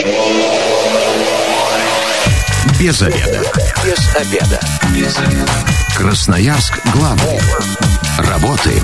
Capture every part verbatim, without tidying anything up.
Без обеда. Без обеда. Без обеда. Красноярск главный. Работаем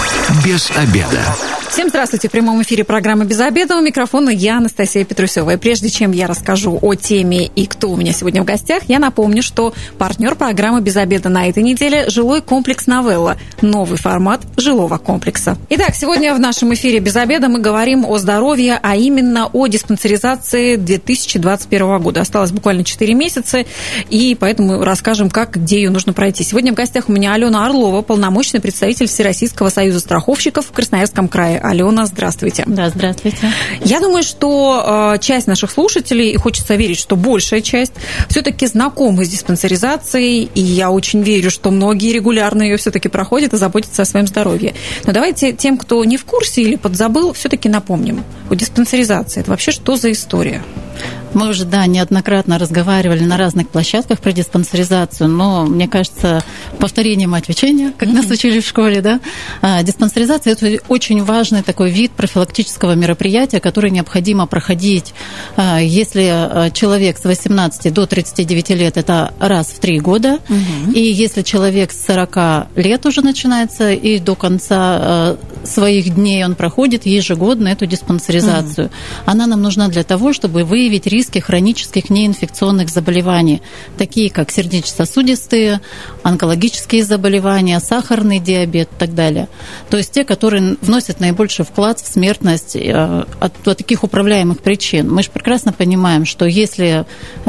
без обеда. Всем здравствуйте. В прямом эфире программы «Без обеда». У микрофона я, Анастасия Петрусева. И прежде чем я расскажу о теме и кто у меня сегодня в гостях, я напомню, что партнер программы «Без обеда» на этой неделе – жилой комплекс «Новелла». Новый формат жилого комплекса. Итак, сегодня в нашем эфире «Без обеда» мы говорим о здоровье, а именно о диспансеризации две тысячи двадцать первого года. Осталось буквально четыре месяца, и поэтому расскажем, как, где ее нужно пройти. Сегодня в гостях у меня Алена Орлова, полномочный представитель Всероссийского союза страховщиков в Красноярском крае. Алена, здравствуйте. Да, здравствуйте. Я думаю, что э, часть наших слушателей, и хочется верить, что большая часть, все-таки знакомы с диспансеризацией, и я очень верю, что многие регулярно ее все-таки проходят и заботятся о своем здоровье. Но давайте тем, кто не в курсе или подзабыл, все-таки напомним. О диспансеризации. Это вообще что за история? Мы уже, да, неоднократно разговаривали на разных площадках про диспансеризацию, но, мне кажется, повторение мать учения, как mm-hmm. нас учили в школе, да. А, диспансеризация – это очень важный такой вид профилактического мероприятия, который необходимо проходить, а, если человек с восемнадцати до тридцати девяти лет – это раз в три года, mm-hmm. и если человек с сорока лет уже начинается, и до конца а, своих дней он проходит ежегодно эту диспансеризацию. Mm-hmm. Она нам нужна для того, чтобы выявить риски хронических неинфекционных заболеваний, такие как сердечно-сосудистые, онкологические заболевания, сахарный диабет и так далее. То есть те, которые вносят наибольший вклад в смертность от, от таких управляемых причин. Мы же прекрасно понимаем, что если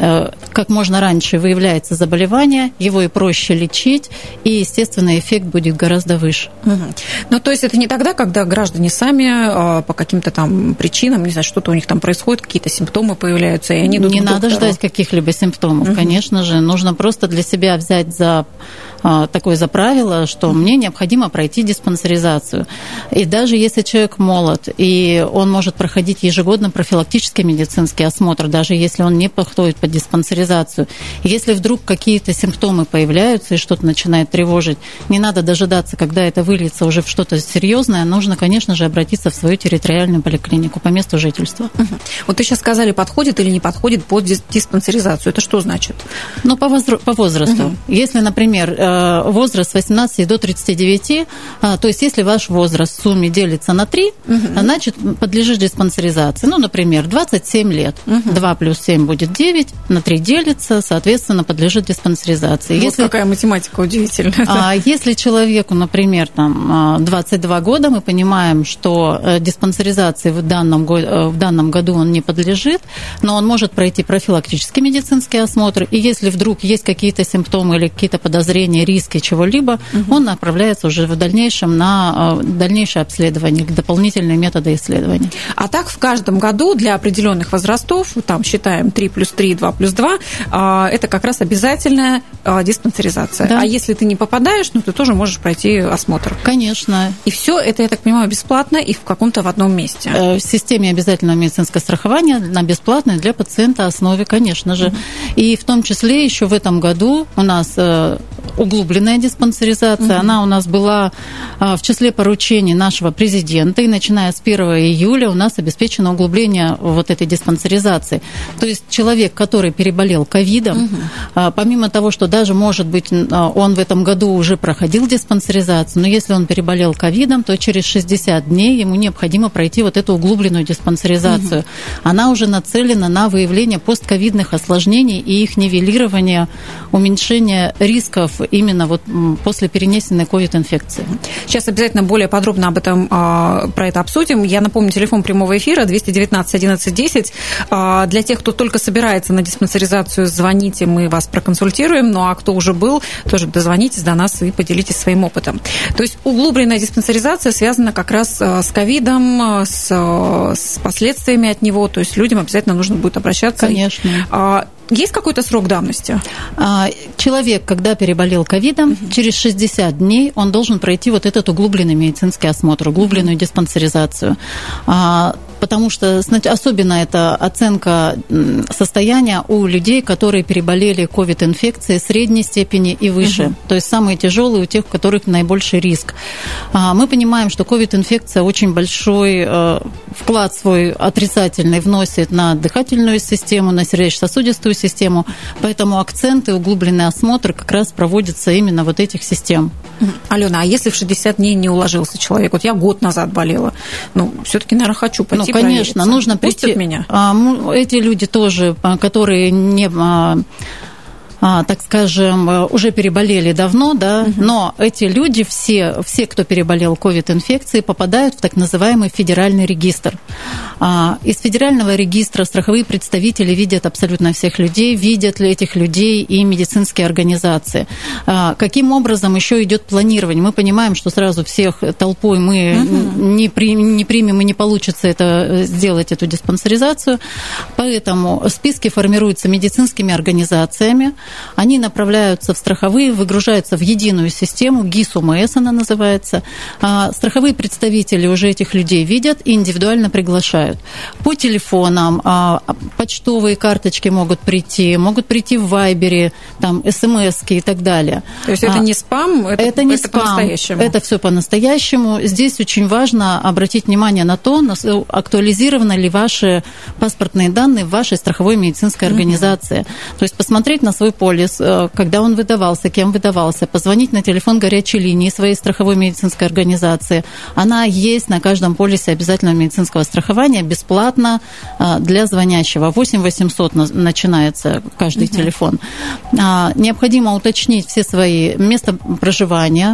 как можно раньше выявляется заболевание, его и проще лечить, и, естественно, эффект будет гораздо выше. Угу. Ну, то есть это не тогда, когда граждане сами по каким-то там причинам, не знаю, что-то у них там происходит, какие-то симптомы появляются, и они идут не к надо доктору. Ждать каких-либо симптомов, угу. Конечно же. Нужно просто для себя взять за а, такое за правило, что угу. мне необходимо пройти диспансеризацию. И даже если человек молод, и он может проходить ежегодно профилактический медицинский осмотр, даже если он не подходит под диспансеризацию, если вдруг какие-то симптомы появляются и что-то начинает тревожить, не надо дожидаться, когда это выльется уже в что-то серьезное, нужно, конечно же, обратиться в свою территориальную поликлинику по месту жительства. Угу. Вот вы сейчас сказали, подходит или не подходит под диспансеризацию. Это что значит? Ну, по, возра- по возрасту. Угу. Если, например, возраст с восемнадцати до тридцати девяти, то есть если ваш возраст в сумме делится на три, угу. значит, подлежит диспансеризации. Ну, например, двадцать семь лет. Угу. два плюс семь будет девять, на три делится, соответственно, подлежит диспансеризации. Вот если, какая математика удивительная. А если человеку, например, там, двадцать два года, мы понимаем, что диспансеризации в данном, в данном году он не подлежит, но он может пройти профилактический медицинский осмотр, и если вдруг есть какие-то симптомы или какие-то подозрения, риски чего-либо, угу. он направляется уже в дальнейшем на дальнейшее обследование, дополнительные методы исследования. А так в каждом году для определенных возрастов, там считаем три плюс три, два плюс два, это как раз обязательная диспансеризация. Да. А если ты не попадаешь, ну ты тоже можешь пройти осмотр. Конечно. И все это, я так понимаю, бесплатно и в каком-то в одном месте. В системе обязательного медицинского страхования на бесплатной для пациента основе, конечно же. Mm-hmm. И в том числе еще в этом году у нас углубленная диспансеризация. Mm-hmm. Она у нас была в числе поручений нашего президента. И начиная с первого июля у нас обеспечено углубление вот этой диспансеризации. То есть человек, который переболел ковидом, mm-hmm. помимо того, что даже, может быть, он в этом году уже проходил диспансеризацию, но если он переболел ковидом, то через шестьдесят дней ему необходимо пройти вот эту углубленную диспансеризацию. Mm-hmm. Она уже нацелена на выявление постковидных осложнений и их нивелирование, уменьшение рисков именно вот после перенесенной ковид-инфекции. Сейчас обязательно более подробно об этом, про это обсудим. Я напомню, телефон прямого эфира двести девятнадцать одиннадцать десять. Для тех, кто только собирается на диспансеризацию, звоните, мы вас проконсультируем. Ну а кто уже был, тоже дозвонитесь до нас и поделитесь своим опытом. То есть углубленная диспансеризация связана как раз с ковидом, с, с последствиями от него. То есть людям обязательно нужно будет обращаться. Конечно. Есть какой-то срок давности? Человек, когда переболел ковидом, угу. через шестьдесят дней он должен пройти вот этот углубленный медицинский осмотр, углубленную угу. диспансеризацию. потому что особенно это оценка состояния у людей, которые переболели ковид-инфекцией средней степени и выше, угу. то есть самые тяжелые у тех, у которых наибольший риск. Мы понимаем, что ковид-инфекция очень большой вклад свой отрицательный вносит на дыхательную систему, на сердечно-сосудистую систему, поэтому акценты, углубленный осмотр как раз проводятся именно вот этих систем. Алена, а если в шестьдесят дней не уложился человек? Вот я год назад болела, ну, все-таки, наверное, хочу пойти Ну, конечно, провериться. нужно прийти. Пустят меня? Эти люди тоже, которые не... А, так скажем, уже переболели давно, да, угу. но эти люди, все, все, кто переболел ковид-инфекцией, попадают в так называемый федеральный регистр. А, из федерального регистра страховые представители видят абсолютно всех людей, видят ли этих людей и медицинские организации. А, каким образом еще идет планирование? Мы понимаем, что сразу всех толпой мы угу. не, при, не примем и не получится это, сделать эту диспансеризацию, поэтому списки формируются медицинскими организациями. Они направляются в страховые, выгружаются в единую систему, ГИС-УМС она называется. Страховые представители уже этих людей видят и индивидуально приглашают. По телефонам, почтовые карточки могут прийти, могут прийти в Вайбере, там, СМСки и так далее. То есть это не спам, это, это не это спам, по-настоящему? Это все по-настоящему. Здесь очень важно обратить внимание на то, актуализированы ли ваши паспортные данные в вашей страховой медицинской организации. Mm-hmm. То есть посмотреть на свой полис, когда он выдавался, кем выдавался, позвонить на телефон горячей линии своей страховой медицинской организации. Она есть на каждом полисе обязательного медицинского страхования бесплатно для звонящего. восемь восемьсот начинается каждый uh-huh. телефон. Необходимо уточнить все свои места проживания,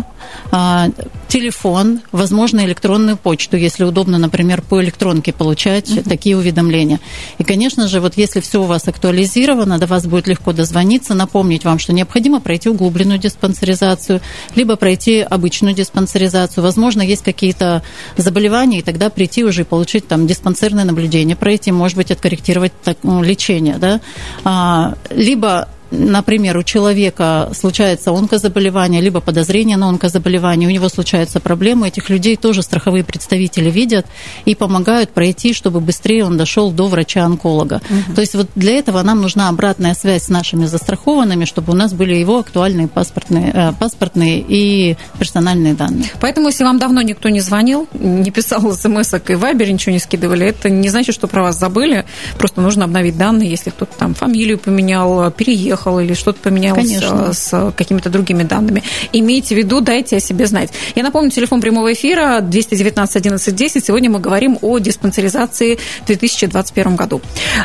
телефон, возможно, электронную почту, если удобно, например, по электронке получать uh-huh. такие уведомления. И, конечно же, вот если все у вас актуализировано, до вас будет легко дозвониться, напомнить вам, что необходимо пройти углубленную диспансеризацию, либо пройти обычную диспансеризацию. Возможно, есть какие-то заболевания, и тогда прийти уже и получить там диспансерное наблюдение, пройти, может быть, откорректировать так, ну, лечение, да? а, либо например, у человека случается онкозаболевание, либо подозрение на онкозаболевание, у него случаются проблемы, этих людей тоже страховые представители видят и помогают пройти, чтобы быстрее он дошел до врача-онколога. Угу. То есть вот для этого нам нужна обратная связь с нашими застрахованными, чтобы у нас были его актуальные паспортные, э, паспортные и персональные данные. Поэтому, если вам давно никто не звонил, не писал смс-ок и в Вайбере ничего не скидывали, это не значит, что про вас забыли, просто нужно обновить данные, если кто-то там фамилию поменял, переехал, или что-то поменялось Конечно. С какими-то другими данными. Имейте в виду, дайте о себе знать. Я напомню, телефон прямого эфира двести девятнадцать одиннадцать десять. Сегодня мы говорим о диспансеризации в две тысячи двадцать первом году.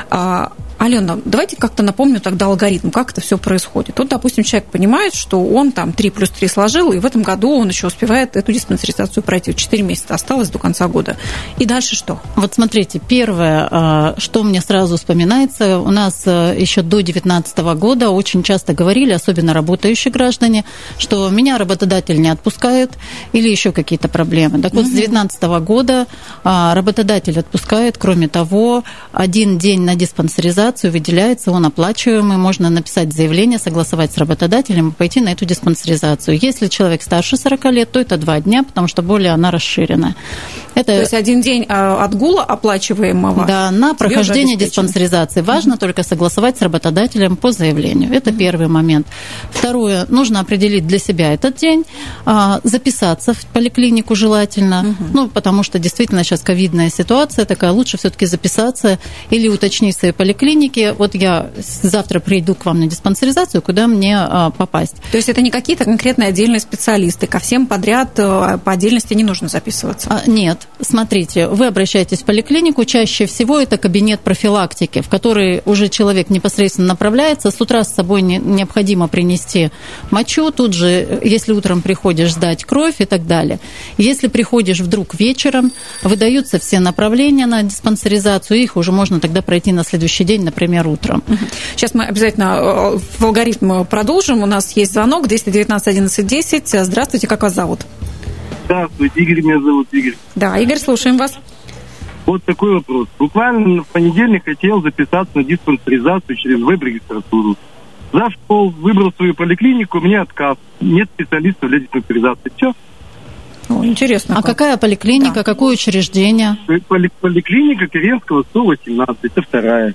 Алена, давайте как-то напомню тогда алгоритм, как это все происходит. Вот, допустим, человек понимает, что он там три плюс три сложил, и в этом году он еще успевает эту диспансеризацию пройти. четыре месяца осталось до конца года. И дальше что? Вот смотрите, первое, что мне сразу вспоминается, у нас еще до две тысячи девятнадцатого года очень часто говорили, особенно работающие граждане, что меня работодатель не отпускает или еще какие-то проблемы. Так вот, угу. с две тысячи девятнадцатого года работодатель отпускает, кроме того, один день на диспансеризацию выделяется, он оплачиваемый, можно написать заявление, согласовать с работодателем и пойти на эту диспансеризацию. Если человек старше сорока лет, то это два дня, потому что более она расширенная. Это... То есть один день отгула оплачиваемого? Да, на прохождение диспансеризации. Важно mm-hmm. только согласовать с работодателем по заявлению. Это mm-hmm. первый момент. Второе, нужно определить для себя этот день, записаться в поликлинику желательно, mm-hmm. ну, потому что действительно сейчас ковидная ситуация такая, лучше все-таки записаться или уточнить в своей поликлинике. Вот я завтра приду к вам на диспансеризацию, куда мне попасть. То есть это не какие-то конкретные отдельные специалисты, ко всем подряд по отдельности не нужно записываться? А, нет. Смотрите, вы обращаетесь в поликлинику, чаще всего это кабинет профилактики, в который уже человек непосредственно направляется, с утра с собой не, необходимо принести мочу, тут же, если утром приходишь, сдать кровь и так далее. Если приходишь вдруг вечером, выдаются все направления на диспансеризацию, их уже можно тогда пройти на следующий день, например, утром. Сейчас мы обязательно в алгоритм продолжим. У нас есть звонок двести девятнадцать одиннадцать десять. Здравствуйте, как вас зовут? Здравствуйте, Игорь, меня зовут Игорь. Да, Игорь, слушаем вас. Вот такой вопрос. Буквально в понедельник хотел записаться на диспансеризацию через веб-регистратуру. Зашел, выбрал свою поликлинику, мне отказ. Нет специалистов для диспансеризации. Все. О, интересно. А как. Какая поликлиника, да. какое учреждение? Поликлиника Керенского, сто восемнадцать, это вторая.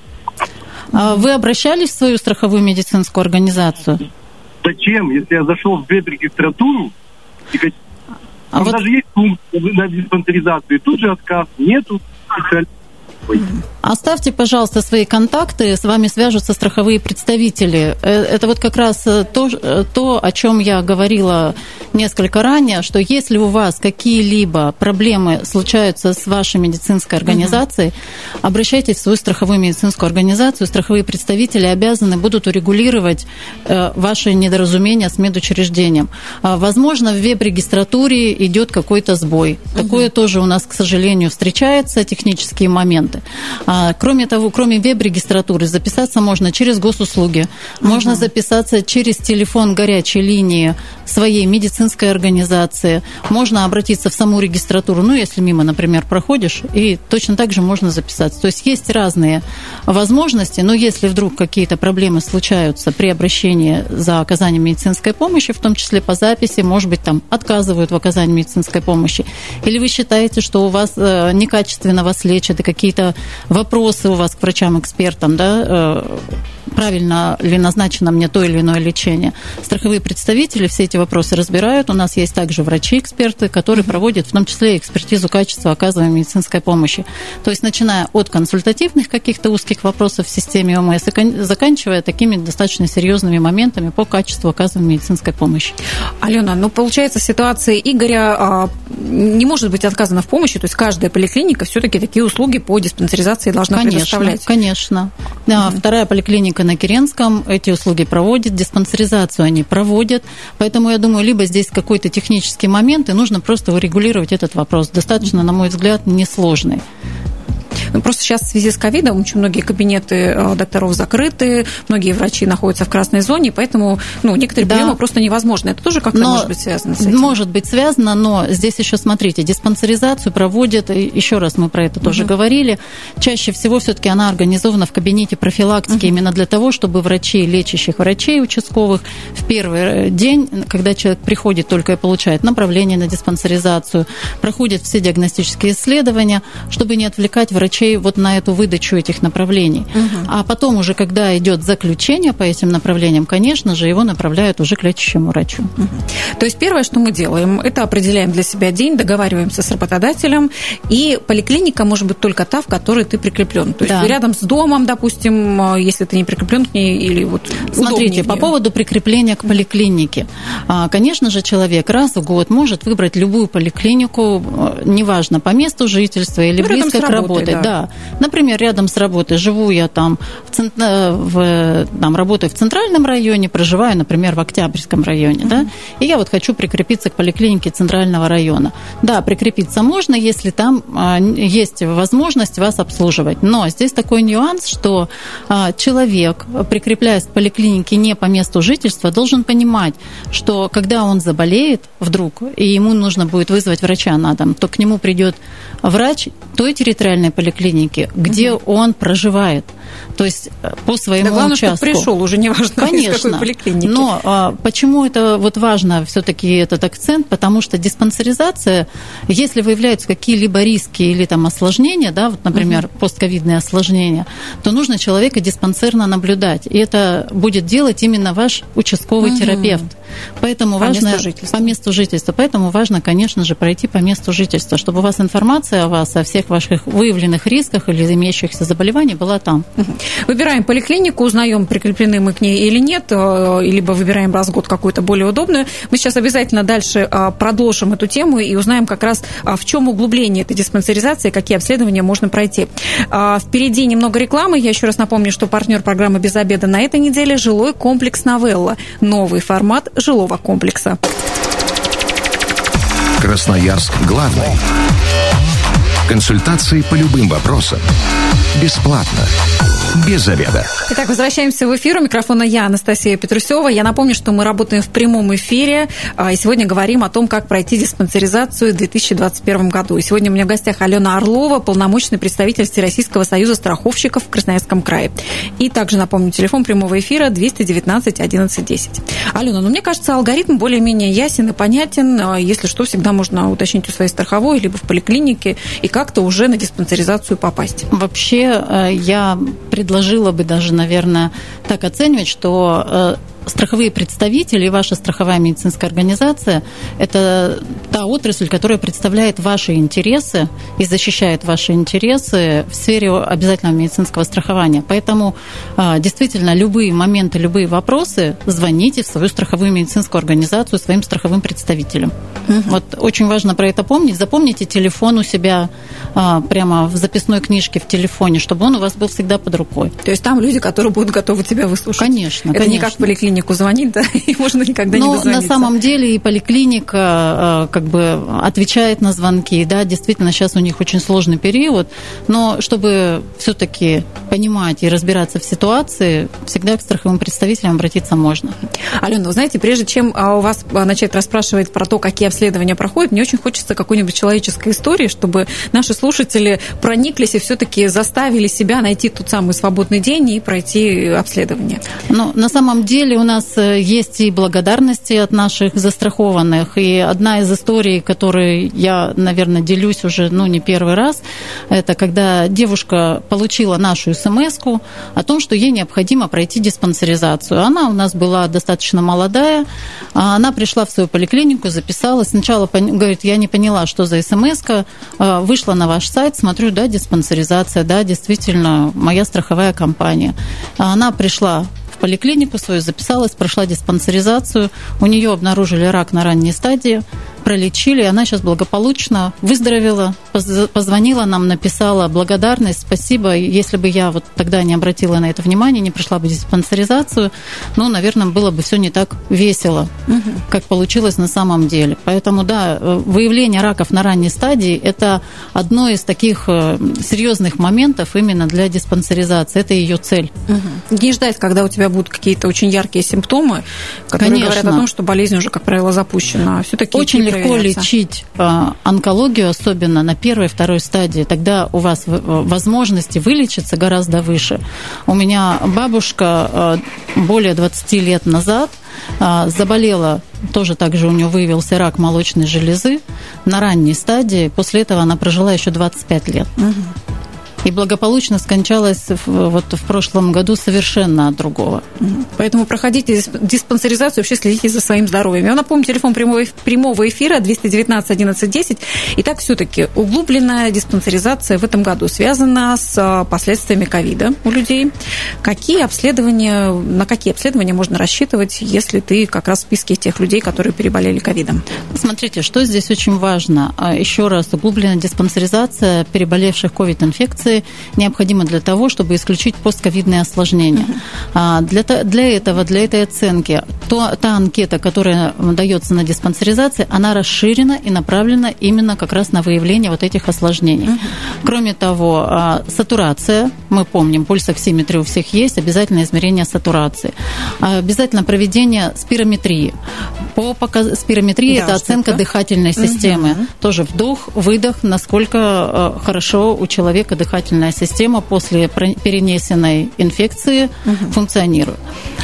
А вы обращались в свою страховую медицинскую организацию? Зачем? Если я зашел в веб-регистратуру, и а там вот... даже есть пункт на диспансеризацию, тут же отказ, нету специалистов. Оставьте, пожалуйста, свои контакты, с вами свяжутся страховые представители. Это вот как раз то, то, о чем я говорила несколько ранее, что если у вас какие-либо проблемы случаются с вашей медицинской организацией, угу. обращайтесь в свою страховую медицинскую организацию, страховые представители обязаны будут урегулировать ваши недоразумения с медучреждением. Возможно, в веб-регистратуре идет какой-то сбой. Угу. Такое тоже у нас, к сожалению, встречается, технические моменты. Кроме того, кроме веб-регистратуры, записаться можно через госуслуги, uh-huh. можно записаться через телефон горячей линии своей медицинской организации, можно обратиться в саму регистратуру, ну, если мимо, например, проходишь, и точно так же можно записаться. То есть есть разные возможности, но если вдруг какие-то проблемы случаются при обращении за оказанием медицинской помощи, в том числе по записи, может быть, там отказывают в оказании медицинской помощи, или вы считаете, что у вас некачественно вас лечат, и какие-то вопросы у вас к врачам-экспертам, да, правильно ли назначено мне то или иное лечение. Страховые представители все эти вопросы разбирают. У нас есть также врачи-эксперты, которые проводят в том числе экспертизу качества оказываемой медицинской помощи. То есть начиная от консультативных каких-то узких вопросов в системе ОМС и заканчивая такими достаточно серьезными моментами по качеству оказываемой медицинской помощи. Алена, ну получается, ситуация Игоря не может быть отказана в помощи, то есть каждая поликлиника все-таки такие услуги по диспансеризации должна конечно, предоставлять. Конечно, да, mm-hmm. Вторая поликлиника на Керенском эти услуги проводит, диспансеризацию они проводят, поэтому я думаю, либо здесь какой-то технический момент, и нужно просто урегулировать этот вопрос. Достаточно, на мой взгляд, несложный. Ну, просто сейчас в связи с ковидом очень многие кабинеты докторов закрыты, многие врачи находятся в красной зоне, поэтому ну, некоторые да. приемы просто невозможны. Это тоже как-то но может быть связано с этим? Может быть связано, но здесь еще, смотрите, диспансеризацию проводят, еще раз мы про это тоже угу. говорили, чаще всего все-таки она организована в кабинете профилактики угу. именно для того, чтобы врачи, лечащих врачей участковых в первый день, когда человек приходит только и получает направление на диспансеризацию, проходят все диагностические исследования, чтобы не отвлекать врачей вот на эту выдачу этих направлений. Угу. А потом уже, когда идет заключение по этим направлениям, конечно же, его направляют уже к лечащему врачу. Угу. То есть первое, что мы делаем, это определяем для себя день, договариваемся с работодателем, и поликлиника может быть только та, в которой ты прикреплен. То да. есть рядом с домом, допустим, если ты не прикреплен к ней, или вот смотрите, по поводу прикрепления к поликлинике. Конечно же, человек раз в год может выбрать любую поликлинику, неважно, по месту жительства или ну, близко к работе. Да. Да. Например, рядом с работой живу я там, в, в, там, работаю в центральном районе, проживаю, например, в Октябрьском районе, mm-hmm. да, и я вот хочу прикрепиться к поликлинике центрального района. Да, прикрепиться можно, если там а, есть возможность вас обслуживать. Но здесь такой нюанс, что а, человек, прикрепляясь к поликлинике не по месту жительства, должен понимать, что когда он заболеет вдруг, и ему нужно будет вызвать врача на дом, то к нему придет врач той территориальной поликлиники, где угу. он проживает, то есть по своему да главное, участку. Чтобы пришел, уже не важно, конечно, из какой поликлиники. Но а, почему это вот важно все-таки этот акцент? Потому что диспансеризация, если выявляются какие-либо риски или там осложнения, да, вот, например, угу. постковидные осложнения, то нужно человека диспансерно наблюдать, и это будет делать именно ваш участковый угу. терапевт. Поэтому по важно месту жительства. по месту жительства. Поэтому важно, конечно же, пройти по месту жительства, чтобы у вас информация о вас, о всех ваших выявленных рисках или имеющихся заболеваний была там. Выбираем поликлинику, узнаем, прикреплены мы к ней или нет, либо выбираем раз в год какую-то более удобную. Мы сейчас обязательно дальше продолжим эту тему и узнаем как раз, в чем углубление этой диспансеризации, какие обследования можно пройти. Впереди немного рекламы. Я еще раз напомню, что партнер программы «Без обеда» на этой неделе – жилой комплекс «Новелла». Новый формат жилого комплекса. Красноярск главный. Консультации по любым вопросам. Бесплатно. без обеда. Итак, возвращаемся в эфир. У микрофона я, Анастасия Петрусева. Я напомню, что мы работаем в прямом эфире, и сегодня говорим о том, как пройти диспансеризацию в две тысячи двадцать первом году. И сегодня у меня в гостях Алена Орлова, полномочный представитель Всероссийского союза страховщиков в Красноярском крае. И также напомню, телефон прямого эфира двести девятнадцать одиннадцать десять. Алена, ну мне кажется, алгоритм более-менее ясен и понятен. Если что, всегда можно уточнить у своей страховой, либо в поликлинике, и как-то уже на диспансеризацию попасть. Вообще, я предложила бы даже, наверное, так оценивать, что страховые представители и ваша страховая медицинская организация – это та отрасль, которая представляет ваши интересы и защищает ваши интересы в сфере обязательного медицинского страхования. Поэтому действительно любые моменты, любые вопросы звоните в свою страховую медицинскую организацию своим страховым представителям. Угу. Вот очень важно про это помнить. Запомните телефон у себя прямо в записной книжке в телефоне, чтобы он у вас был всегда под рукой. То есть там люди, которые будут готовы тебя выслушать? Конечно. Это конечно. не как в поликлинике звонить, да, и можно никогда Но не дозвониться. На самом деле и поликлиника как бы отвечает на звонки, да, действительно сейчас у них очень сложный период, но чтобы все-таки понимать и разбираться в ситуации, всегда к страховым представителям обратиться можно. Алена, вы знаете, прежде чем у вас начать расспрашивать про то, какие обследования проходят, мне очень хочется какой-нибудь человеческой истории, чтобы наши слушатели прониклись и все-таки заставили себя найти тот самый свободный день и пройти обследование. Ну, на самом деле у нас есть и благодарности от наших застрахованных. И одна из историй, которой я, наверное, делюсь уже ну, не первый раз, это когда девушка получила нашу смс-ку о том, что ей необходимо пройти диспансеризацию. Она у нас была достаточно молодая. Она пришла в свою поликлинику, записалась. Сначала говорит, я не поняла, что за смс-ка. Вышла на ваш сайт, смотрю, да, диспансеризация, да, действительно, моя страховая компания. Она пришла в поликлинику свою, записалась, прошла диспансеризацию, у нее обнаружили рак на ранней стадии, пролечили, она сейчас благополучно выздоровела, позвонила нам, написала благодарность, спасибо, если бы я вот тогда не обратила на это внимание, не прошла бы диспансеризацию, ну, наверное, было бы все не так весело, угу. как получилось на самом деле. Поэтому, да, выявление раков на ранней стадии – это одно из таких серьезных моментов именно для диспансеризации, это ее цель. Угу. Не ждать, когда у тебя будут какие-то очень яркие симптомы, которые Конечно. Говорят о том, что болезнь уже, как правило, запущена. Все-таки очень легко лечить онкологию, особенно на первой, второй стадии. Тогда у вас возможности вылечиться гораздо выше. У меня бабушка более двадцать лет назад заболела, тоже также у нее выявился рак молочной железы на ранней стадии. После этого она прожила еще двадцать пять лет. Угу. И благополучно скончалась вот в прошлом году совершенно от другого. Поэтому проходите диспансеризацию, вообще следите за своим здоровьем. Я напомню, телефон прямого, прямого эфира двести девятнадцать одиннадцать десять. Итак, все-таки углубленная диспансеризация в этом году связана с последствиями ковида у людей. Какие обследования, на какие обследования можно рассчитывать, если ты как раз в списке тех людей, которые переболели ковидом? Смотрите, что здесь очень важно. Еще раз, углубленная диспансеризация переболевших ковид-инфекцией необходимо для того, чтобы исключить постковидные осложнения. Uh-huh. Для, для этого, для этой оценки, то, та анкета, которая дается на диспансеризации, она расширена и направлена именно как раз на выявление вот этих осложнений. Uh-huh. Кроме того, сатурация, мы помним, пульсоксиметрия у всех есть, обязательно измерение сатурации. Обязательно проведение спирометрии. По показ... Спирометрия да, – это оценка это? дыхательной системы. Uh-huh. Тоже вдох, выдох, насколько хорошо у человека дыхательная система после перенесенной инфекции угу. функционирует.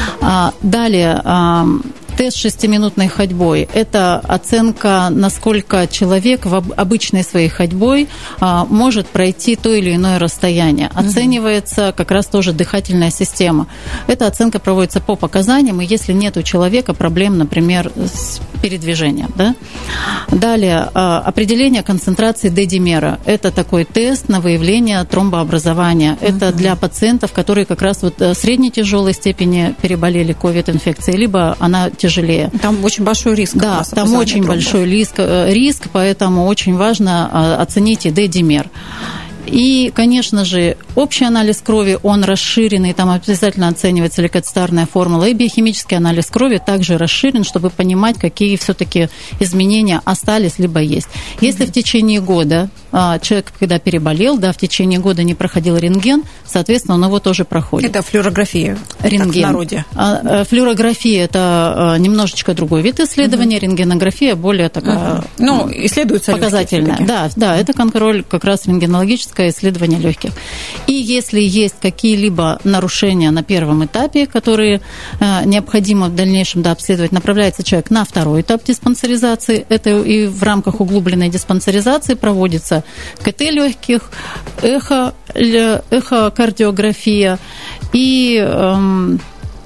Далее, тест шестиминутной ходьбой – это оценка, насколько человек в обычной своей ходьбой может пройти то или иное расстояние. Оценивается как раз тоже дыхательная система. Эта оценка проводится по показаниям, и если нет у человека проблем, например, с передвижением. Да? Далее, определение концентрации дедимера – это такой тест на выявление тромбообразования. Это uh-huh. для пациентов, которые как раз вот средней тяжелой степени переболели ковид-инфекцией, либо она тяжелее. Там очень большой риск. Да, там очень тромбов. большой риск, риск, поэтому очень важно оценить и дедимер. И, конечно же, общий анализ крови, он расширенный, там обязательно оценивается лейкоцитарная формула, и биохимический анализ крови также расширен, чтобы понимать, какие все-таки изменения остались либо есть. Если mm-hmm. в течение года человек, когда переболел, да, в течение года не проходил рентген, соответственно, он его тоже проходит. Это флюорография, рентген. Так в народе. Флюорография – это немножечко другой вид исследования, mm-hmm. рентгенография более такая mm-hmm. ну, исследуется показательная. Да, да, это контроль как раз рентгенологическое исследование легких. И если есть какие-либо нарушения на первом этапе, которые э, необходимо в дальнейшем да, обследовать, направляется человек на второй этап диспансеризации. Это и в рамках углубленной диспансеризации проводится КТ легких, эхо, эхокардиография и э,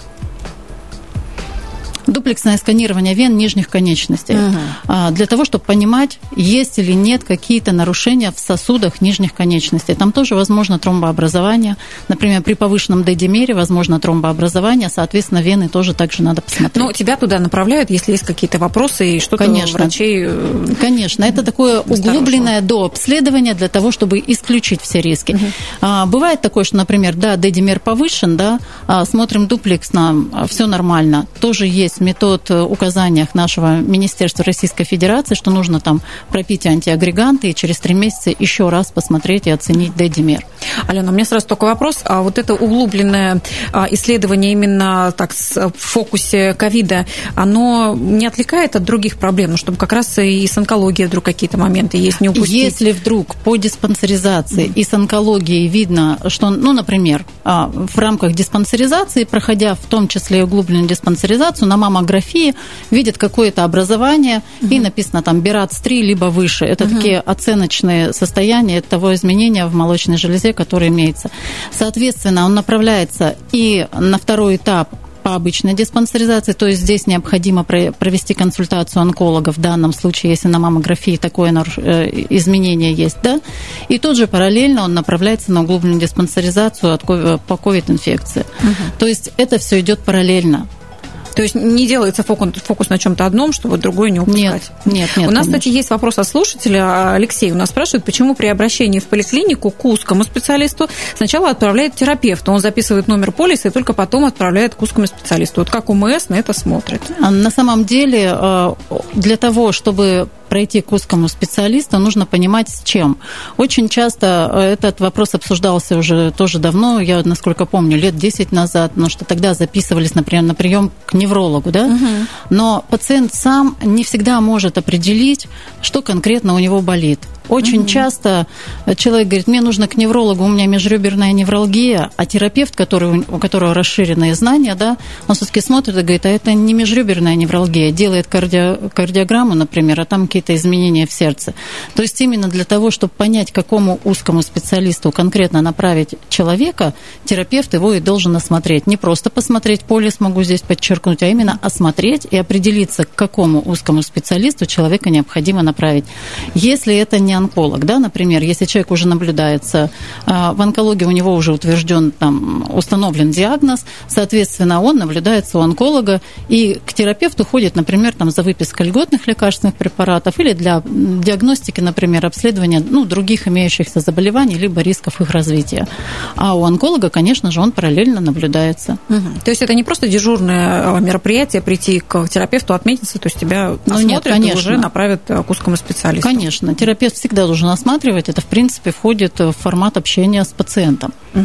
дуплексное сканирование вен нижних конечностей, uh-huh. для того, чтобы понимать, есть или нет какие-то нарушения в сосудах нижних конечностей. Там тоже возможно тромбообразование. Например, при повышенном D-димере возможно тромбообразование, соответственно, вены тоже также надо посмотреть. Но тебя туда направляют, если есть какие-то вопросы и что-то Конечно. врачей... Конечно, это такое углубленное дообследование для того, чтобы исключить все риски. Uh-huh. Бывает такое, что, например, да, D-димер повышен, да, смотрим дуплексно, все нормально. Тоже есть метод в указаниях нашего Министерства Российской Федерации, что нужно там пропить антиагреганты и через три месяца еще раз посмотреть и оценить D-димер. Алена, у меня сразу только вопрос. А вот это углубленное исследование именно так в фокусе ковида, оно не отвлекает от других проблем, ну, чтобы как раз и с онкологией вдруг какие-то моменты есть, не упустить? Если вдруг по диспансеризации mm-hmm. и с онкологией видно, что, ну, например, в рамках диспансеризации, проходя в том числе и углубленную диспансеризацию, на маммографии видят какое-то образование, uh-huh. и написано там БИРАЦ три либо выше. Это uh-huh. такие оценочные состояния того изменения в молочной железе, которое имеется. Соответственно, он направляется и на второй этап по обычной диспансеризации, то есть здесь необходимо провести консультацию онколога в данном случае, если на маммографии такое изменение есть, да, и тут же параллельно он направляется на углубленную диспансеризацию по ковид-инфекции. Uh-huh. То есть это все идет параллельно. То есть не делается фокус, фокус на чем-то одном, чтобы другое не упускать. Нет, нет, нет. У нас, конечно. Кстати, есть вопрос от слушателя. Алексей у нас спрашивает, почему при обращении в поликлинику к узкому специалисту сначала отправляет терапевта, он записывает номер полиса и только потом отправляет к узкому специалисту. Вот как УМС на это смотрит? На самом деле, для того, чтобы пройти к узкому специалисту, нужно понимать, с чем. Очень часто этот вопрос обсуждался уже тоже давно, я, насколько помню, лет десять назад, потому что тогда записывались, например, на прием к неврологу, да? Угу. Но пациент сам не всегда может определить, что конкретно у него болит. Очень угу. часто человек говорит, мне нужно к неврологу, у меня межреберная невралгия, а терапевт, который, у которого расширенные знания, да, он все-таки смотрит и говорит, а это не межреберная невралгия, делает карди... кардиограмму, например, а там какие-то изменения в сердце. То есть именно для того, чтобы понять, к какому узкому специалисту конкретно направить человека, терапевт его и должен осмотреть. Не просто посмотреть полис, могу здесь подчеркнуть, а именно осмотреть и определиться, к какому узкому специалисту человека необходимо направить. Если это не онколог, да, например, если человек уже наблюдается в онкологии, у него уже утвержден, там, установлен диагноз, соответственно, он наблюдается у онколога, и к терапевту ходит, например, там, за выпиской льготных лекарственных препаратов или для диагностики, например, обследования, ну, других имеющихся заболеваний, либо рисков их развития. А у онколога, конечно же, он параллельно наблюдается. Угу. То есть это не просто дежурное мероприятие, прийти к терапевту, отметиться, то есть тебя ну, осмотрят нет, и уже направят к узкому специалисту. Конечно. Терапевт всегда должен осматривать, это, в принципе, входит в формат общения с пациентом. Угу.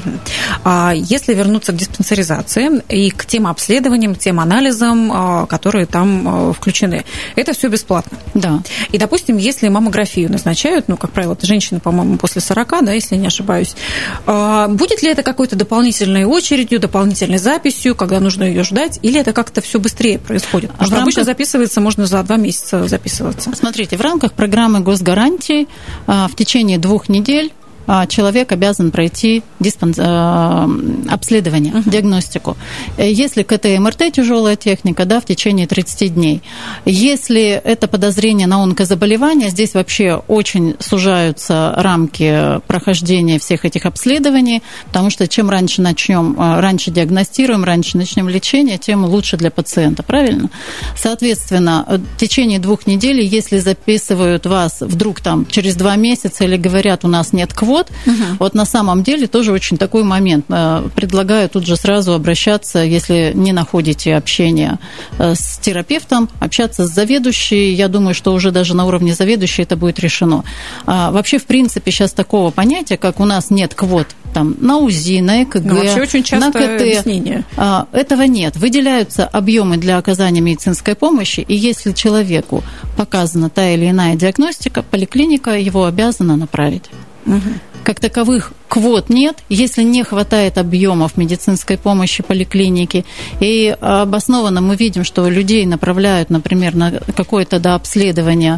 А если вернуться к диспансеризации и к тем обследованиям, к тем анализам, которые там включены, это все бесплатно. Да. И, допустим, если маммографию назначают, ну, как правило, это женщины, по-моему, после сорока, да, если я не ошибаюсь, будет ли это какой-то дополнительной очередью, дополнительной записью, когда нужно ее ждать, или это как-то все быстрее происходит? Потому что рамках... обычно записывается, можно за два месяца записываться. Смотрите, в рамках программы госгарантий в течение двух недель человек обязан пройти диспанс... обследование, uh-huh. диагностику. Если КТ и МРТ тяжелая техника, да, в течение тридцати дней. Если это подозрение на онкозаболевание, здесь вообще очень сужаются рамки прохождения всех этих обследований, потому что чем раньше начнем, раньше диагностируем, раньше начнем лечение, тем лучше для пациента, правильно? Соответственно, в течение двух недель, если записывают вас вдруг там через два месяца или говорят, у нас нет квоты, квот, угу. вот на самом деле тоже очень такой момент. Предлагаю тут же сразу обращаться, если не находите общение с терапевтом, общаться с заведующей. Я думаю, что уже даже на уровне заведующей это будет решено. Вообще, в принципе, сейчас такого понятия, как у нас нет квот там, на УЗИ, на ЭКГ, ну, вообще очень часто на КТ. Объяснение. Этого нет. Выделяются объемы для оказания медицинской помощи, и если человеку показана та или иная диагностика, поликлиника его обязана направить. Угу. Как таковых квот нет, если не хватает объемов медицинской помощи поликлиники. И обоснованно мы видим, что людей направляют, например, на какое-то дообследование,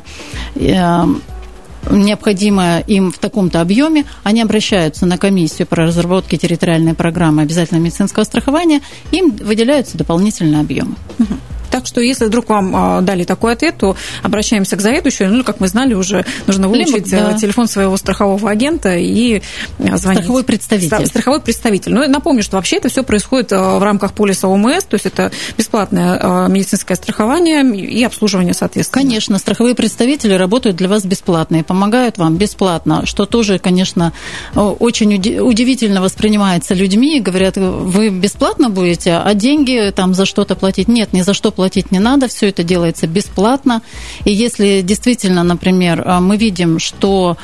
необходимое им в таком-то объеме, они обращаются на комиссию по разработке территориальной программы обязательного медицинского страхования, им выделяются дополнительные объемы. Угу. Так что, если вдруг вам дали такой ответ, то обращаемся к заведующей. Ну, как мы знали уже, нужно выучить Либо, да. телефон своего страхового агента и звонить. Страховой представитель. Страховой представитель. Ну, напомню, что вообще это все происходит в рамках полиса ОМС, то есть это бесплатное медицинское страхование и обслуживание, соответственно. Конечно, страховые представители работают для вас бесплатно и помогают вам бесплатно, что тоже, конечно, очень удивительно воспринимается людьми. Говорят, вы бесплатно будете, а деньги там за что-то платить? Нет, ни за что платить. Платить не надо, все это делается бесплатно. И если действительно, например, мы видим, что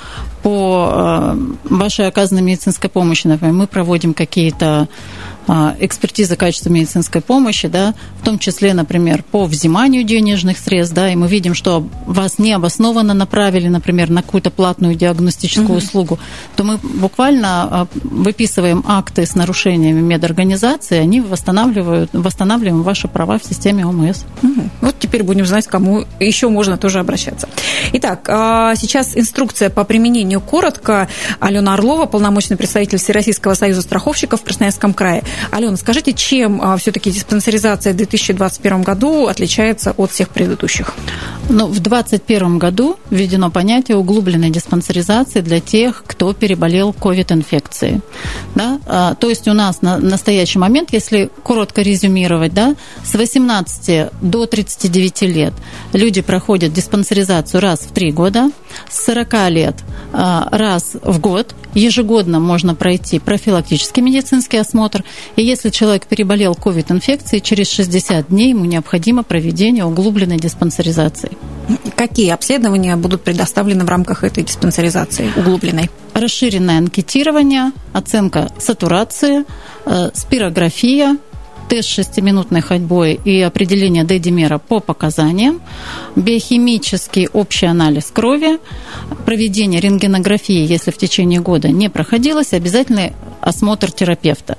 по вашей оказанной медицинской помощи, например, мы проводим какие-то экспертизы качества медицинской помощи, да, в том числе, например, по взиманию денежных средств, да, и мы видим, что вас необоснованно направили, например, на какую-то платную диагностическую угу. услугу, то мы буквально выписываем акты с нарушениями медорганизации, они восстанавливают, восстанавливаем ваши права в системе ОМС. Угу. Вот теперь будем знать, к кому еще можно тоже обращаться. Итак, сейчас инструкция по применению коротко. Алена Орлова, полномочный представитель Всероссийского союза страховщиков в Красноярском крае. Алена, скажите, чем все-таки диспансеризация в две тысячи двадцать первом году отличается от всех предыдущих? Ну, в две тысячи двадцать первом году введено понятие углубленной диспансеризации для тех, кто переболел ковид-инфекцией. Да? То есть у нас на настоящий момент, если коротко резюмировать, да, с восемнадцати до тридцати девяти лет люди проходят диспансеризацию раз в три года, с сорока лет раз в год, ежегодно можно пройти профилактический медицинский осмотр, и если человек переболел ковид-инфекцией, через шестьдесят дней ему необходимо проведение углубленной диспансеризации. Какие обследования будут предоставлены в рамках этой диспансеризации углубленной? Расширенное анкетирование, оценка сатурации, спирография, тест шестиминутной ходьбой и определение Д-димера по показаниям, биохимический общий анализ крови, проведение рентгенографии, если в течение года не проходилось, обязательный осмотр терапевта.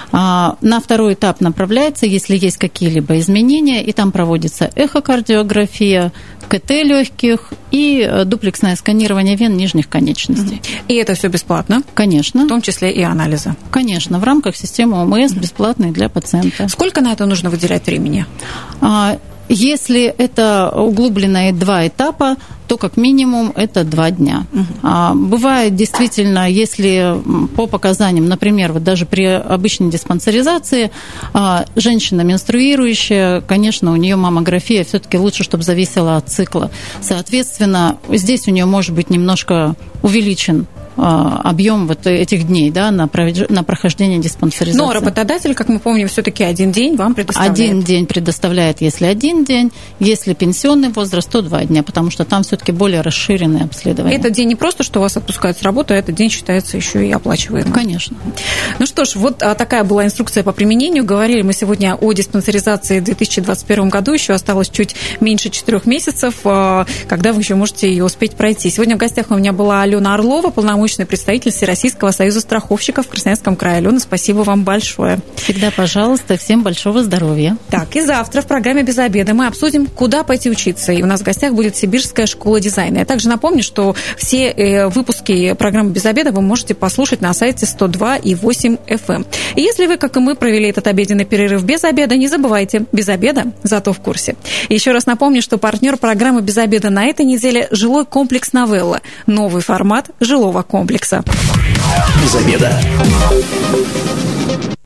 На второй этап направляется, если есть какие-либо изменения, и там проводится эхокардиография, КТ легких и дуплексное сканирование вен нижних конечностей. И это все бесплатно? Конечно. В том числе и анализы? Конечно, в рамках системы ОМС бесплатные для пациента. Сколько на это нужно выделять времени? Если это углубленные два этапа, то как минимум это два дня. Угу. Бывает действительно, если по показаниям, например, вот даже при обычной диспансеризации, женщина менструирующая, конечно, у нее маммография все-таки лучше, чтобы зависела от цикла. Соответственно, здесь у нее может быть немножко увеличен объем вот этих дней, да, на прохождение диспансеризации. Но работодатель, как мы помним, все-таки один день вам предоставляет. Один день предоставляет, если один день, если пенсионный возраст, то два дня, потому что там все-таки более расширенное обследование. Этот день не просто, что вас отпускают с работы, а этот день считается еще и оплачиваемым. Конечно. Ну что ж, вот такая была инструкция по применению. Говорили мы сегодня о диспансеризации в две тысячи двадцать первом году. Еще осталось чуть меньше четырех месяцев, когда вы еще можете ее успеть пройти. Сегодня в гостях у меня была Алена Орлова, полномочный представитель Всероссийского союза страховщиков в Красноярском крае. Алена, спасибо вам большое. Всегда, пожалуйста, всем большого здоровья. Так, и завтра в программе «Без обеда» мы обсудим, куда пойти учиться. И у нас в гостях будет Сибирская школа дизайна. Я также напомню, что все выпуски программы «Без обеда» вы можете послушать на сайте сто два и восемь эф эм. И если вы, как и мы, провели этот обеденный перерыв без обеда, не забывайте, без обеда, зато в курсе. И еще раз напомню, что партнер программы «Без обеда» на этой неделе – жилой комплекс «Новелла». Новый формат жилого комплекса. Без обеда.